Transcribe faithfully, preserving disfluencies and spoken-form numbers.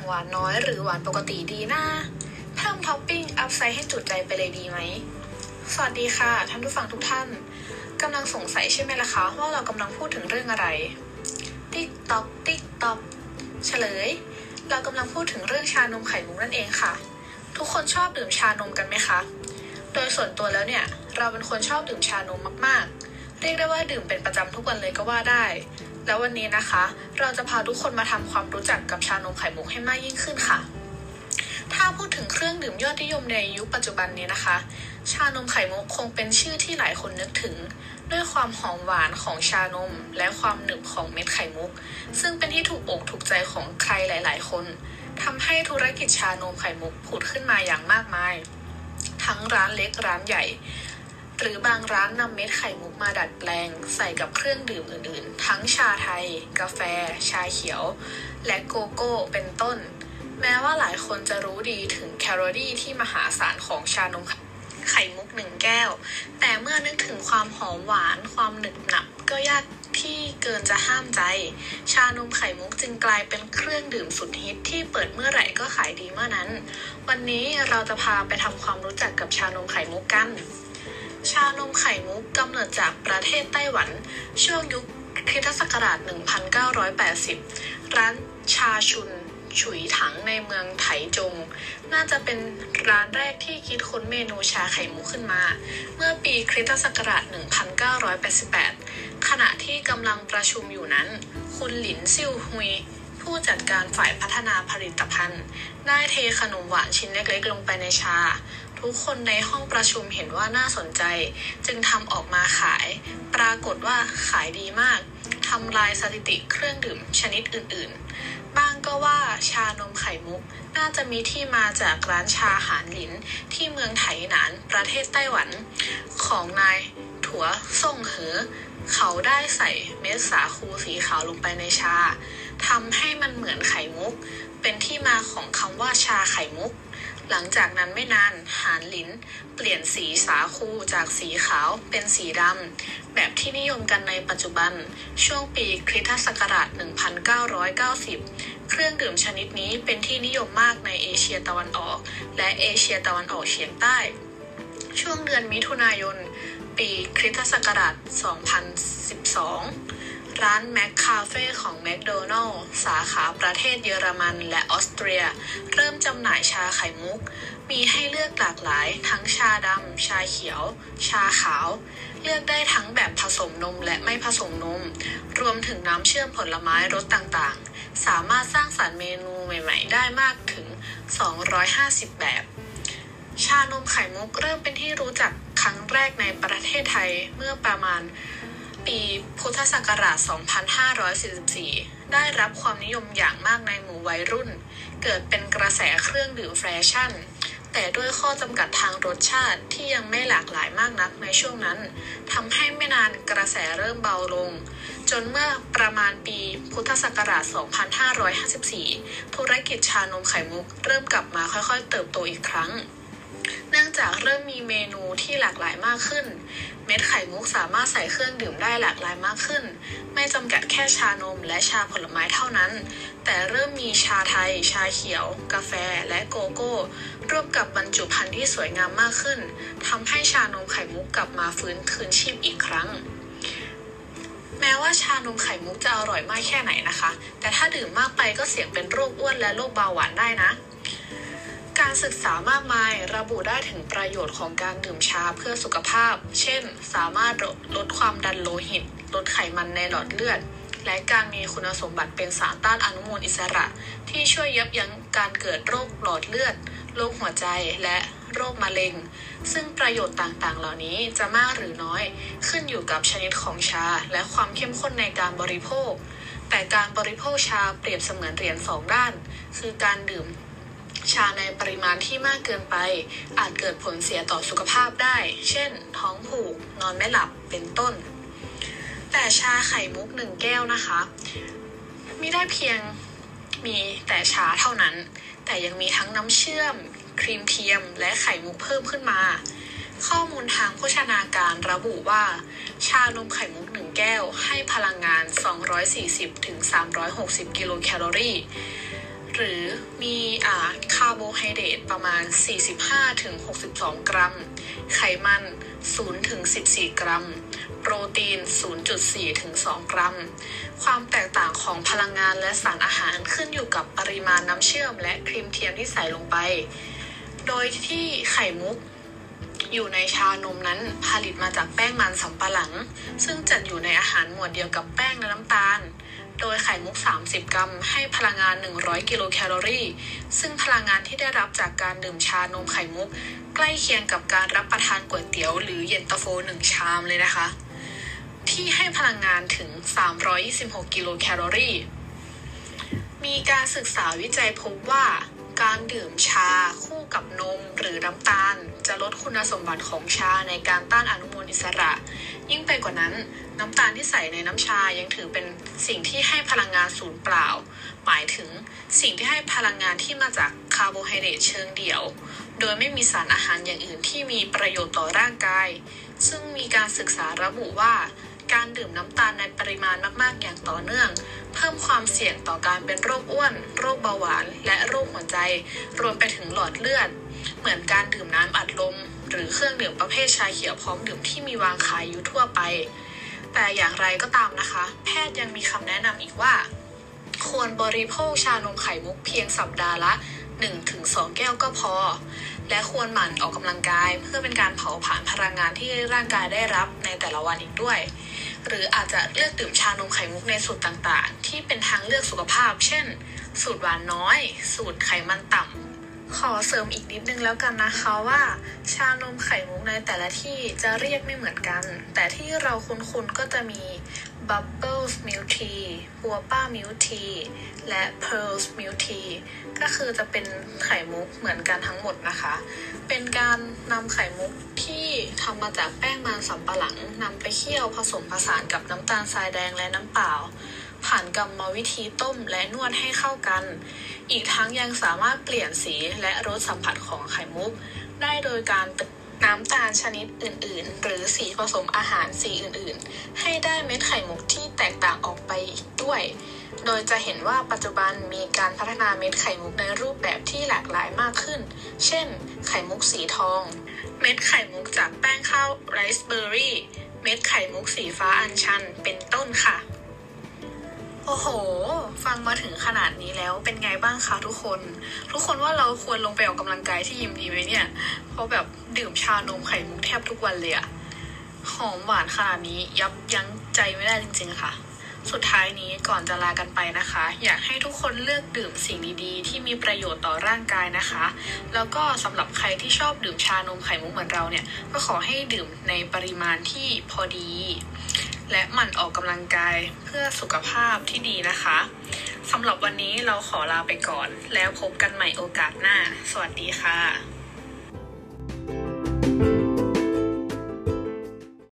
หวานน้อยหรือหวานปกติดีนะเพิ่มท็อปปิ้งอัพไซด์ให้จุใจไปเลยดีไหมสวัสดีค่ะท่านผู้ฟังทุกท่านกำลังสงสัยใช่ไหมล่ะคะว่าเรากำลังพูดถึงเรื่องอะไรติ๊กต๊อกติ๊กต๊อกเฉลยเรากำลังพูดถึงเรื่องชานมไข่มุกนั่นเองค่ะทุกคนชอบดื่มชานมกันไหมคะโดยส่วนตัวแล้วเนี่ยเราเป็นคนชอบดื่มชานมมากๆเรียกได้ว่าดื่มเป็นประจำทุกวันเลยก็ว่าได้แล้ววันนี้นะคะเราจะพาทุกคนมาทำความรู้จักกับชานมไข่มุกให้มากยิ่งขึ้นค่ะถ้าพูดถึงเครื่องดื่มยอดนิยมในยุคปัจจุบันนี้นะคะชานมไข่มุกคงเป็นชื่อที่หลายคนนึกถึงด้วยความหอมหวานของชานมและความหนึบของเม็ดไข่มุกซึ่งเป็นที่ถูกอกถูกใจของใครหลายๆคนทำให้ธุรกิจชานมไข่มุกผุดขึ้นมาอย่างมากมายทั้งร้านเล็กร้านใหญ่หรือบางร้านนำเม็ดไข่มุกมาดัดแปลงใส่กับเครื่องดื่มอื่นๆทั้งชาไทยกาแฟชาเขียวและโกโก้เป็นต้นแม้ว่าหลายคนจะรู้ดีถึงแคลอรี่ที่มหาศาลของชานมไข่มุกหนึ่งแก้วแต่เมื่อนึกถึงความหอมหวานความหนึบหนับก็ยากที่เกินจะห้ามใจชานมไข่มุกจึงกลายเป็นเครื่องดื่มสุดฮิตที่เปิดเมื่อไหร่ก็ขายดีเมื่อนั้นวันนี้เราจะพาไปทำความรู้จักกับชานมไข่มุกกันชานมไข่มุกกำเนิดจากประเทศไต้หวันช่วงยุคคริสตศักราชหนึ่งพันเก้าร้อยแปดสิบร้านชาชุนฉุยถังในเมืองไถจงน่าจะเป็นร้านแรกที่คิดค้นเมนูชาไข่มุกขึ้นมาเมื่อปีคริสตศักราชหนึ่งพันเก้าร้อยแปดสิบแปดขณะที่กำลังประชุมอยู่นั้นคุณหลินซิ่วฮุยผู้จัดการฝ่ายพัฒนาผลิตภัณฑ์ได้เทขนมหวานชิ้นเล็กๆลงไปในชาทุกคนในห้องประชุมเห็นว่าน่าสนใจจึงทำออกมาขายปรากฏว่าขายดีมากทำลายสถิติเครื่องดื่มชนิดอื่นๆบ้างก็ว่าชานมไข่มุกน่าจะมีที่มาจากร้านชาหานหลินที่เมืองไถหนานประเทศไต้หวันของนายถัวซ่งเหอเขาได้ใส่เม็ดสาคูสีขาวลงไปในชาทำให้มันเหมือนไข่มุกเป็นที่มาของคำว่าชาไข่มุกหลังจากนั้นไม่นานหานหลินเปลี่ยนสีสาคูจากสีขาวเป็นสีดำแบบที่นิยมกันในปัจจุบันช่วงปีคริสตศักราชหนึ่งพันเก้าร้อยเก้าสิบเครื่องดื่มชนิดนี้เป็นที่นิยมมากในเอเชียตะวันออกและเอเชียตะวันออกเฉียงใต้ช่วงเดือนมิถุนายนปีคริสตศักราชสองพันสิบสองร้านแมคคาเฟ่ของแมคโดนัลด์สาขาประเทศเยอรมันและออสเตรียเริ่มจำหน่ายชาไข่มุกมีให้เลือกหลากหลายทั้งชาดำชาเขียวชาขาวเลือกได้ทั้งแบบผสมนมและไม่ผสมนมรวมถึงน้ำเชื่อมผลไม้รสต่างๆสามารถสร้างสรรค์เมนูใหม่ๆได้มากถึงสองร้อยห้าสิบแบบชานมไข่มุกเริ่มเป็นที่รู้จักครั้งแรกในประเทศไทยเมื่อประมาณปีพุทธศักราช สองพันห้าร้อยสี่สิบสี่ ได้รับความนิยมอย่างมากในหมู่วัยรุ่นเกิดเป็นกระแสเครื่องดื่มแฟชั่นแต่ด้วยข้อจำกัดทางรสชาติที่ยังไม่หลากหลายมากนักในช่วงนั้นทำให้ไม่นานกระแสเริ่มเบาลงจนเมื่อประมาณปีพุทธศักราช สองพันห้าร้อยห้าสิบสี่ ธุรกิจชานมไข่มุกเริ่มกลับมาค่อยๆเติบโตอีกครั้งเนื่องจากเริ่มมีเมนูที่หลากหลายมากขึ้นเม็ดไข่มุกสามารถใส่เครื่องดื่มได้หลากหลายมากขึ้นไม่จำกัดแค่ชานมและชาผลไม้เท่านั้นแต่เริ่มมีชาไทยชาเขียวกาแฟและโกโก้ร่วมกับบรรจุภัณฑ์ที่สวยงามมากขึ้นทำให้ชานมไข่มุกกลับมาฟื้นคืนชีพอีกครั้งแม้ว่าชานมไข่มุกจะอร่อยมากแค่ไหนนะคะแต่ถ้าดื่มมากไปก็เสี่ยงเป็นโรคอ้วนและโรคเบาหวานได้นะการศึกษามากมายระบุได้ถึงประโยชน์ของการดื่มชาเพื่อสุขภาพเช่นสามารถลดความดันโลหิตลดไขมันในหลอดเลือดและการมีคุณสมบัติเป็นสารต้านอนุมูลอิสระที่ช่วยยับยั้งการเกิดโรคหลอดเลือดโรคหัวใจและโรคมะเร็งซึ่งประโยชน์ต่างๆเหล่านี้จะมากหรือน้อยขึ้นอยู่กับชนิดของชาและความเข้มข้นในการบริโภคแต่การบริโภคชาเปรียบเสมือนเหรียญสองด้านคือการดื่มชาในปริมาณที่มากเกินไปอาจเกิดผลเสียต่อสุขภาพได้เช่นท้องผูกนอนไม่หลับเป็นต้นแต่ชาไข่มุกหนึ่งแก้วนะคะไม่ได้เพียงมีแต่ชาเท่านั้นแต่ยังมีทั้งน้ำเชื่อมครีมเทียมและไข่มุกเพิ่มขึ้นมาข้อมูลทางโภชนาการระบุว่าชานมไข่มุกหนึ่งแก้วให้พลังงานสองร้อยสี่สิบถึงสามร้อยหกสิบกิโลแคลอรี่หรือมีอ่าคาร์โบไฮเดรตประมาณ สี่สิบห้าถึงหกสิบสอง กรัมไขมัน ศูนย์ถึงสิบสี่ กรัมโปรตีน ศูนย์จุดสี่ถึงสอง กรัมความแตกต่างของพลังงานและสารอาหารขึ้นอยู่กับปริมาณน้ำเชื่อมและครีมเทียมที่ใส่ลงไปโดยที่ไข่มุกอยู่ในชานมนั้นผลิตมาจากแป้งมันสำปะหลังซึ่งจัดอยู่ในอาหารหมวดเดียวกับแป้งและน้ำตาลโดยไข่มุกสามสิบกรัมให้พลังงานหนึ่งร้อยกิโลแคลอรี่ซึ่งพลังงานที่ได้รับจากการดื่มชานมไข่มุกใกล้เคียงกับการรับประทานก๋วยเตี๋ยวหรือเย็นตาโฟหนึ่งชามเลยนะคะที่ให้พลังงานถึงสามร้อยยี่สิบหกกิโลแคลอรี่มีการศึกษาวิจัยพบว่าการดื่มชาคู่กับนมหรือน้ำตาลจะลดคุณสมบัติของชาในการต้านอนุมูลอิสระยิ่งไปกว่านั้นน้ำตาลที่ใส่ในน้ำชายังถือเป็นสิ่งที่ให้พลังงานศูนย์เปล่าหมายถึงสิ่งที่ให้พลังงานที่มาจากคาร์โบไฮเดรตเชิงเดี่ยวโดยไม่มีสารอาหารอย่างอื่นที่มีประโยชน์ต่อร่างกายซึ่งมีการศึกษาระบุว่าการดื่มน้ำตาลในปริมาณมากๆอย่างต่อเนื่องเพิ่มความเสี่ยงต่อการเป็นโรคอ้วนโรคเบาหวานและโรคหัวใจรวมไปถึงหลอดเลือดเหมือนการดื่มน้ำอัดลมหรือเครื่องดื่มประเภทชาเขียวพร้อมดื่มที่มีวางขายอยู่ทั่วไปแต่อย่างไรก็ตามนะคะแพทย์ยังมีคำแนะนำอีกว่าควรบริโภคชานมไข่มุกเพียงสัปดาห์ละ หนึ่งถึงสอง แก้วก็พอและควรหมั่นออกกำลังกายเพื่อเป็นการเผาผลาญพลังงานที่ร่างกายได้รับในแต่ละวันอีกด้วยหรืออาจจะเลือกดื่มชานมไข่มุกในสูตรต่างๆที่เป็นทางเลือกสุขภาพเช่นสูตรหวานน้อยสูตรไขมันต่ำขอเสริมอีกนิดนึงแล้วกันนะคะว่าชานมไข่มุกในแต่ละที่จะเรียกไม่เหมือนกันแต่ที่เราคุ้นๆก็จะมี Bubbles Milk Tea Boba Milk Tea และ Pearls Milk Tea ก็คือจะเป็นไข่มุกเหมือนกันทั้งหมดนะคะเป็นการนำไข่มุกที่ทำมาจากแป้งมันสำปะหลังนำไปเคี่ยวผสมผสานกับน้ำตาลทรายแดงและน้ำเปล่าผ่านกรรมวิธีต้มและนวดให้เข้ากันอีกทั้งยังสามารถเปลี่ยนสีและรสสัมผัสของไข่มุกได้โดยการน้ำตาลชนิดอื่นๆหรือสีผสมอาหารสีอื่นๆให้ได้เม็ดไข่มุกที่แตกต่างออกไปอีกด้วยโดยจะเห็นว่าปัจจุบันมีการพัฒนาเม็ดไข่มุกในรูปแบบที่หลากหลายมากขึ้นเช่นไข่มุกสีทองเม็ดไข่มุกจากแป้งข้าวไรซ์เบอร์รี่เม็ดไข่มุกสีฟ้าอัญชันเป็นต้นค่ะโอ้โหฟังมาถึงขนาดนี้แล้วเป็นไงบ้างคะทุกคนทุกคนว่าเราควรลงไปออกกำลังกายที่ยิมดีไหมเนี่ยเพราะแบบดื่มชานมไข่มุกแทบทุกวันเลยอะหอมหวานขนาดนี้ยับยั้งใจไม่ได้จริงๆค่ะสุดท้ายนี้ก่อนจะลากันไปนะคะอยากให้ทุกคนเลือกดื่มสิ่งดีๆที่มีประโยชน์ต่อร่างกายนะคะแล้วก็สำหรับใครที่ชอบดื่มชานมไข่มุกเหมือนเราเนี่ยก็ขอให้ดื่มในปริมาณที่พอดีและหมั่นออกกำลังกายเพื่อสุขภาพที่ดีนะคะสำหรับวันนี้เราขอลาไปก่อนแล้วพบกันใหม่โอกาสหน้าสวัสดีค่ะ